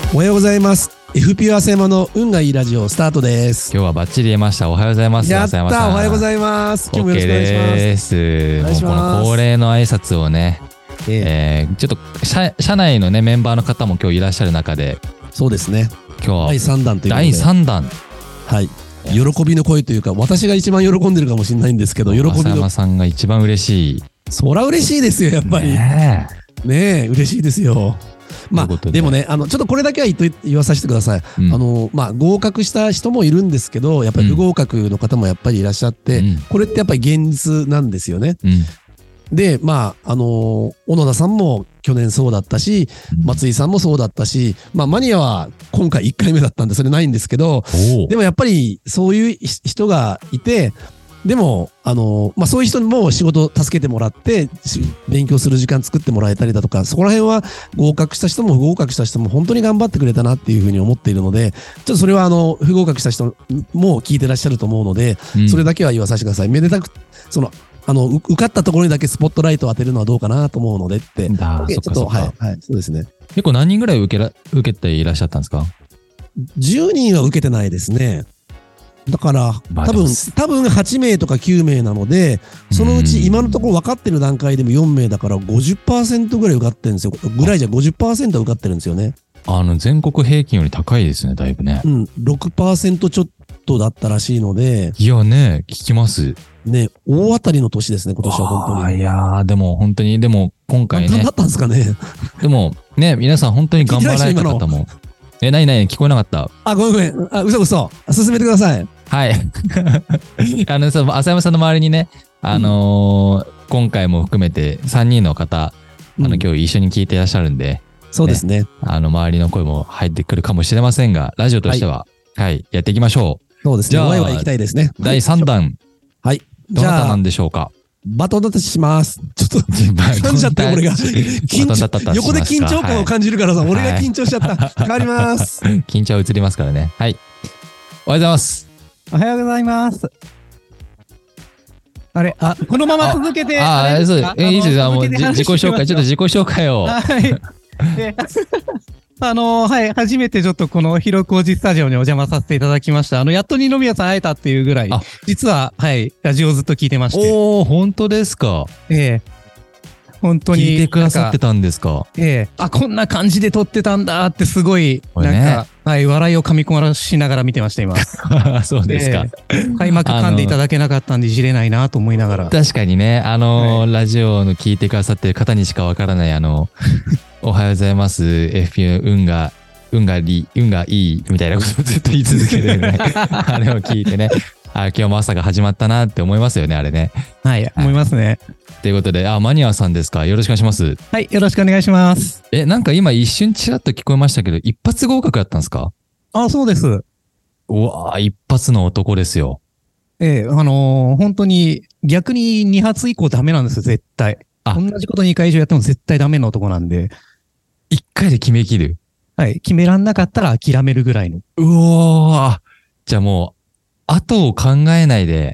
おはようございます。FP 浅山の運がいいラジオスタートです。 今日はバッチリ言えました。おはようございます。 やったー、おはようございます。今日もよろしくお願いします。 OK です。 お願いします。 もうこの恒例の挨拶をね、ちょっと社内のねメンバーの方も今日いらっしゃる中で、 そうですね。 今日は第3弾ということで。 第3弾。 はい。喜びの声というか、私が一番喜んでるかもしれないんですけど、喜びの。 浅山さんが一番嬉しい。 そら嬉しいですよ、やっぱり。ねえ、嬉しいですよ。まあ、でもね、ちょっとこれだけは言わさせてください。合格した人もいるんですけど、やっぱり不合格の方もやっぱりいらっしゃって、これってやっぱり現実なんですよね。で、まあ、小野田さんも去年そうだったし、松井さんもそうだったし、まあ、マニアは今回1回目だったんで、それないんですけど、でもやっぱりそういう人がいて、でも、まあ、そういう人にも仕事を助けてもらって、勉強する時間作ってもらえたりだとか、そこら辺は合格した人も不合格した人も本当に頑張ってくれたなっていうふうに思っているので、ちょっとそれは不合格した人も聞いてらっしゃると思うので、それだけは言わさせてください。めでたく、受かったところにだけスポットライトを当てるのはどうかなと思うのでって。ちょっと、はい、そうですね。 結構何人ぐらい受けていらっしゃったんですか ？10人は受けてないですね。だから、多分8名とか9名なので、そのうち今のところ分かってる段階でも4名だから 50% ぐらい受かってるんですよ。ぐらいじゃ 50% は受かってるんですよね。 全国平均より高いですね、だいぶね。 6% ちょっとだったらしいので。 いやね、聞きます。 ね、大当たりの年ですね、今年は本当に。 いやー、でも本当に、でも今回ね。 何だったんですかね。 でもね、皆さん本当に頑張られた方も。何聞こえなかった。 ごめん。嘘。進めてください。 はい。浅山さんの周りにね、今回も含めて3人の方、今日一緒に聞いていらっしゃるんで、 そうですね。 周りの声も入ってくるかもしれませんが、ラジオとしては、はい、やっていきましょう。 そうですね。 じゃあ、 ワイワイ行きたいですね。 第3弾。 はい。 どなたなんでしょうか。 バトンタッチします。ちょっと、噛んじゃったよ、俺が。横で緊張感を感じるからさ、俺が緊張しちゃった。変わります。 緊張移りますからね。はい。おはようございます。 おはようございます。あれ、このまま続けて。 そう、いいですよ。もう自己紹介、ちょっと自己紹介を。 はい。はい、初めてちょっとこの広小路スタジオにお邪魔させていただきました。やっと二宮さん会えたっていうぐらい、実は、はい、ラジオずっと聞いてまして。 本当ですか。 本当に。 聞いてくださってたんですか。 こんな感じで撮ってたんだってすごい、なんか、はい、笑いを噛み込ましながら見てました、今。 そうですか。 開幕噛んでいただけなかったんでいじれないなと思いながら。 確かにね、ラジオの聞いてくださってる方にしかわからない、おはようございます。FP 運がいいみたいなことをずっと言い続けてるね。あれを聞いてね。今日も朝が始まったなって思いますよね、あれね。 はい、思いますね。 ということで、マニアさんですか。よろしくお願いします。 はい、よろしくお願いします。 なんか今一瞬ちらっと聞こえましたけど、一発合格だったんですか？ そうです。 うわー、一発の男ですよ。 本当に逆に2発以降ダメなんですよ、絶対。同じこと2回以上やっても絶対ダメな男なんで。 1回で決めきる。 はい、決めらんなかったら諦めるぐらいの。 うおー、じゃあもう、後を考えないで、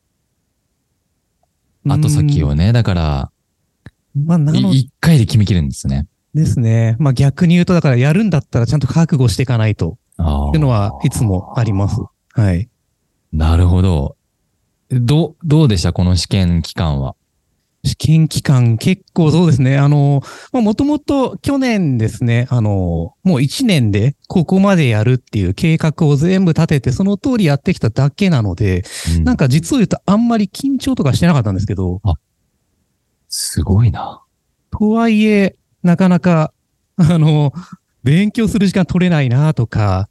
後先をね、だから、1回で決めきるんですね。 ですね。逆に言うと、だからやるんだったらちゃんと覚悟していかないと。っていうのはいつもあります。はい。 なるほど。どうでしたこの試験期間は。 試験期間結構そうですね。もともと去年ですね、もう1年でここまでやるっていう計画を全部立てて、その通りやってきただけなので、なんか実を言うとあんまり緊張とかしてなかったんですけど。 すごいな。 とはいえ、なかなか、勉強する時間取れないなとか、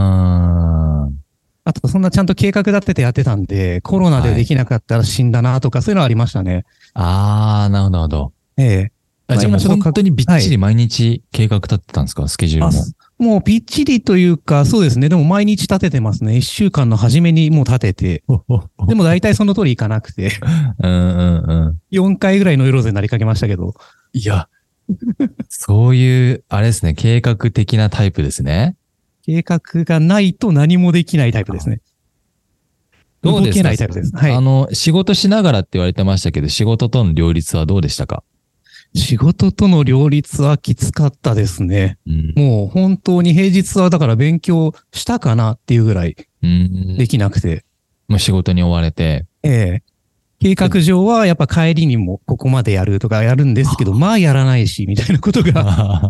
あとそんなちゃんと計画立ててやってたんで、コロナでできなかったら死んだなとか、そういうのありましたね。 なるほど。じゃあもう本当にびっちり毎日計画立ってたんですか、スケジュールも。 もうびっちりというか、そうですね。でも毎日立ててますね。1週間の初めにもう立てて。でも大体その通りいかなくて。4回ぐらいノイローゼになりかけましたけど。 いや、そういう、あれですね、計画的なタイプですね。 計画がないと何もできないタイプですね。 どうですか？動けないタイプです。はい。 仕事しながらって言われてましたけど、仕事との両立はどうでしたか？ 仕事との両立はきつかったですね。もう本当に平日はだから勉強したかなっていうぐらいできなくて。 もう仕事に追われて。 計画上はやっぱ帰りにもここまでやるとかやるんですけど、まあやらないし、みたいなことが。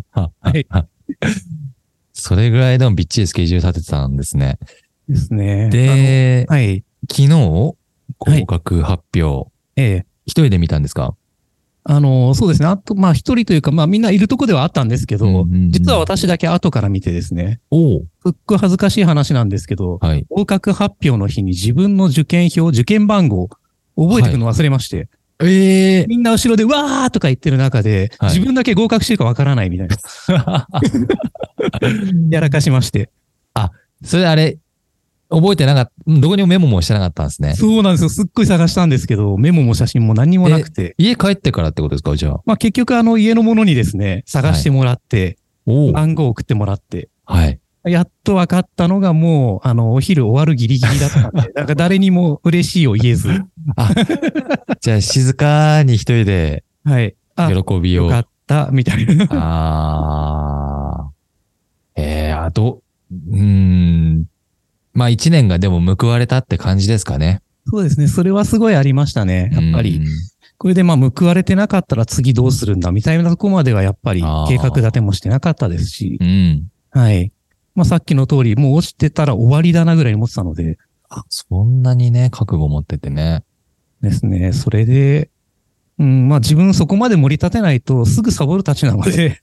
それぐらいでもびっちりスケジュール立ててたんですね。 ですね。 で、昨日、合格発表。一人で見たんですか？ そうですね。あと、まあ一人というか、まあみんないるとこではあったんですけど、実は私だけ後から見てですね。すっごい恥ずかしい話なんですけど、合格発表の日に自分の受験番号、覚えてくの忘れまして。みんな後ろでわーとか言ってる中で、自分だけ合格してるかわからないみたいな。やらかしまして。 それあれ、覚えてなかった、どこにもメモもしてなかったんですね。 そうなんですよ。すっごい探したんですけど、メモも写真も何にもなくて。 家帰ってからってことですか、じゃあ。 まあ結局家の者にですね、探してもらって、番号を送ってもらって。やっと分かったのがもう、お昼終わるギリギリだったんで、なんか誰にも嬉しいを言えず。 じゃあ静かに一人で、喜びを。 よかった、みたいな。 まあ一年がでも報われたって感じですかね。 そうですね。それはすごいありましたね。やっぱり。これでまあ報われてなかったら次どうするんだみたいなとこまではやっぱり計画立てもしてなかったですし。まあさっきの通りもう落ちてたら終わりだなぐらいに思ってたので。 そんなにね、覚悟持っててね。 ですね。それで、まあ自分そこまで盛り立てないとすぐサボるたちなので、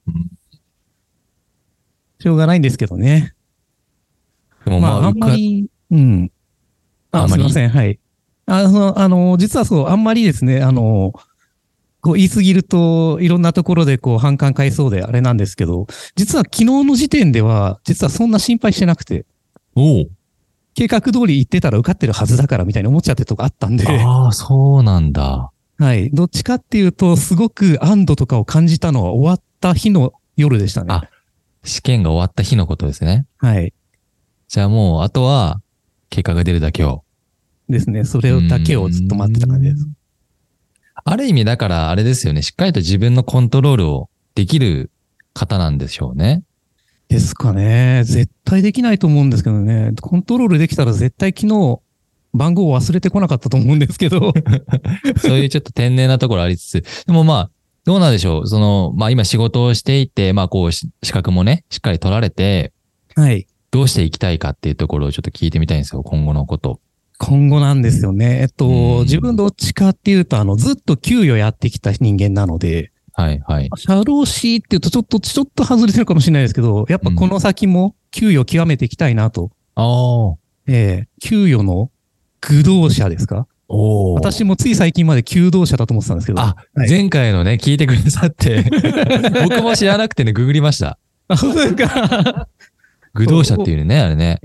しょうがないんですけどね。まあ、あんまり、すいません、実はそう、あんまりですね、こう言い過ぎると、いろんなところでこう反感買いそうであれなんですけど、実は昨日の時点では、実はそんな心配してなくて。計画通り行ってたら受かってるはずだからみたいに思っちゃってるとこあったんで。 そうなんだ。 どっちかっていうと、すごく安堵とかを感じたのは終わった日の夜でしたね。 試験が終わった日のことですね。じゃあもう、あとは、結果が出るだけを。 ですね。それだけをずっと待ってた感じです。 ある意味だからあれですよね。しっかりと自分のコントロールをできる方なんでしょうね。 ですかね。絶対できないと思うんですけどね。コントロールできたら絶対昨日番号を忘れてこなかったと思うんですけど。 そういうちょっと天然なところありつつ。でもまあ、どうなんでしょう。まあ今仕事をしていて、まあこう資格もね、しっかり取られて。どうしていきたいかっていうところをちょっと聞いてみたいんですよ。今後のこと。 今後なんですよね。自分どっちかっていうと、ずっと給与やってきた人間なので、社労士っていうとちょっと外れてるかもしれないですけど、やっぱこの先も給与極めていきたいなと。給与の駆動者ですか？私もつい最近まで求道者だと思ってたんですけど。 前回のね、聞いてくださって、僕も知らなくてね、ググりました。 そうですか。 駆動者っていうね、あれね。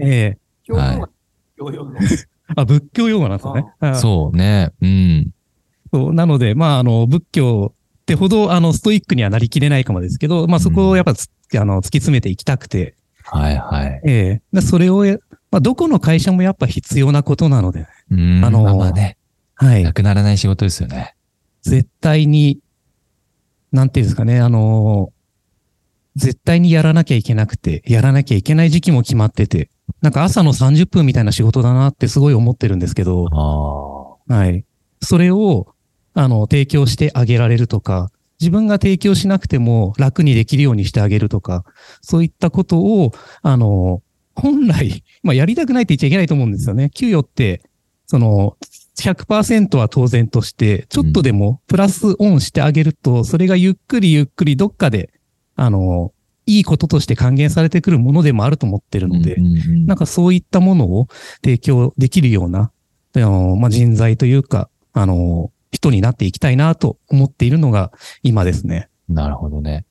仏教用語なんですよね。 そうね。 なので、まあ、仏教ってほど、ストイックにはなりきれないかもですけど、まあ、そこをやっぱ突き詰めていきたくて。それを、まあ、どこの会社もやっぱ必要なことなので。 まあね。なくならない仕事ですよね。 絶対に、なんていうんですかね、絶対にやらなきゃいけなくて、やらなきゃいけない時期も決まってて、なんか朝の30分みたいな仕事だなってすごい思ってるんですけど、それを、提供してあげられるとか、自分が提供しなくても楽にできるようにしてあげるとか、そういったことを、本来、まあ、やりたくないって言っちゃいけないと思うんですよね。給与って、100% は当然として、ちょっとでもプラスオンしてあげると、それがゆっくりどっかで、いいこととして還元されてくるものでもあると思ってるので、なんかそういったものを提供できるような、まあ、人材というか、人になっていきたいなと思っているのが今ですね。 なるほどね。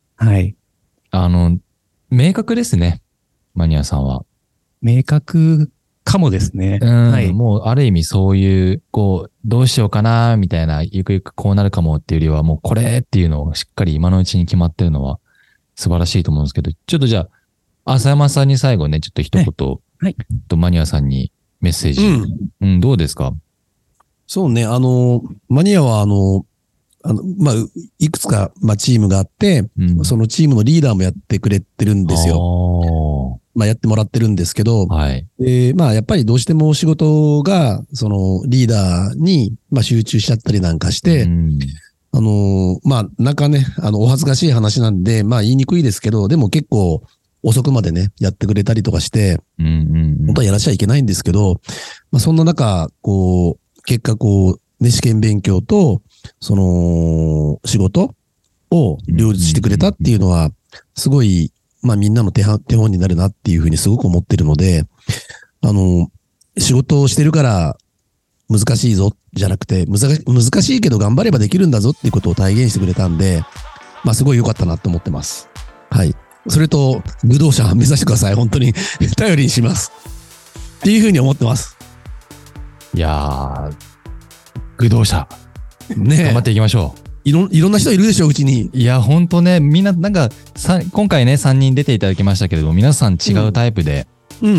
明確ですね。マニアさんは。 明確かもですね。 もうある意味そういう、どうしようかな、みたいな、ゆくゆくこうなるかもっていうよりは、もうこれっていうのをしっかり今のうちに決まってるのは素晴らしいと思うんですけど、ちょっとじゃあ、浅山さんに最後ね、ちょっと一言、マニアさんにメッセージ。どうですか？ そうね、マニアはまあ、いくつか、まあ、チームがあって、そのチームのリーダーもやってくれてるんですよ。まあ、やってもらってるんですけど、 はい。 まあ、やっぱりどうしても仕事が、そのリーダーに、まあ、集中しちゃったりなんかして、まあ、なんかね、お恥ずかしい話なんで、まあ、言いにくいですけど、でも結構、遅くまでね、やってくれたりとかして、本当はやらしちゃいけないんですけど、まあ、そんな中、こう、結果こう、ね、試験勉強と、その、仕事を両立してくれたっていうのは、すごい、まあみんなの手本になるなっていうふうにすごく思ってるので、仕事をしてるから難しいぞ、じゃなくて、難しいけど頑張ればできるんだぞっていうことを体現してくれたんで、まあすごい良かったなと思ってます。はい。それと、愚道者目指してください。本当に頼りにします。っていうふうに思ってます。 いやー、愚道者。 ねえ。 頑張っていきましょう。 いろんな人いるでしょ、うちに。 いや、ほんとね、みんな、なんか、今回ね、3人出ていただきましたけれども、皆さん違うタイプで、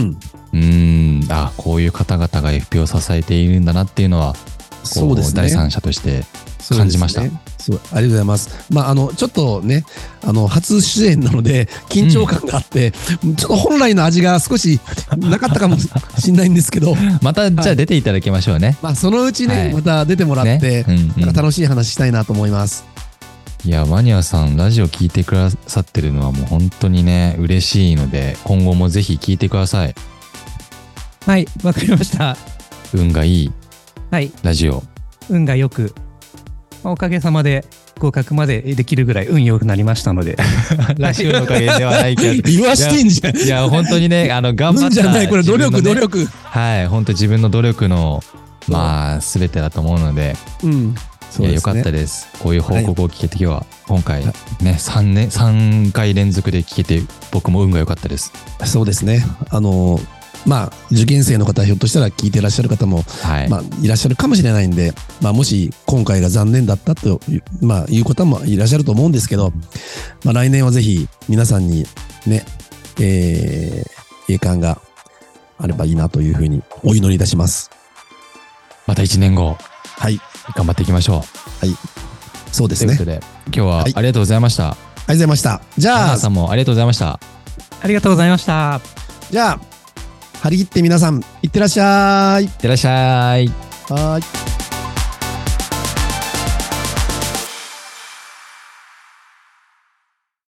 こういう方々が FP を支えているんだなっていうのは、 そうですね。 第三者として感じました。 そう、ありがとうございます。まあ、ちょっとね、初出演なので、緊張感があって、ちょっと本来の味が少しなかったかもしれないんですけど。 また、じゃあ出ていただきましょうね。 まあ、そのうちね、また出てもらって、なんか楽しい話したいなと思います。 いや、マニアさん、ラジオ聞いてくださってるのはもう本当にね、嬉しいので、今後もぜひ聞いてください。 はい、わかりました。 運がいい。 はい。 ラジオ。 運がよく。おかげさまで合格までできるぐらい運良くなりましたので。 ラジオのおかげではないけど。 言わしてんじゃん。 いや、本当にね、頑張った。 運じゃない、これ努力。 はい、本当自分の努力の、まあ、すべてだと思うので。いや、よかったです。こういう報告を聞けて今回ね、3回連続で聞けて、僕も運が良かったです。 そうですね。まあ、受験生の方、ひょっとしたら聞いてらっしゃる方も、まあ、いらっしゃるかもしれないんで、まあ、もし今回が残念だったと、まあ、いう方もいらっしゃると思うんですけど、まあ、来年はぜひ皆さんにね、栄冠があればいいなというふうにお祈りいたします。 また1年後、 はい。 頑張っていきましょう。 はい。そうですね。 ということで、今日はありがとうございました。 ありがとうございました。じゃあ、 皆さんもありがとうございました。 ありがとうございました。 じゃあ、張り切って皆さん、いってらっしゃい。 いってらっしゃい。 はい。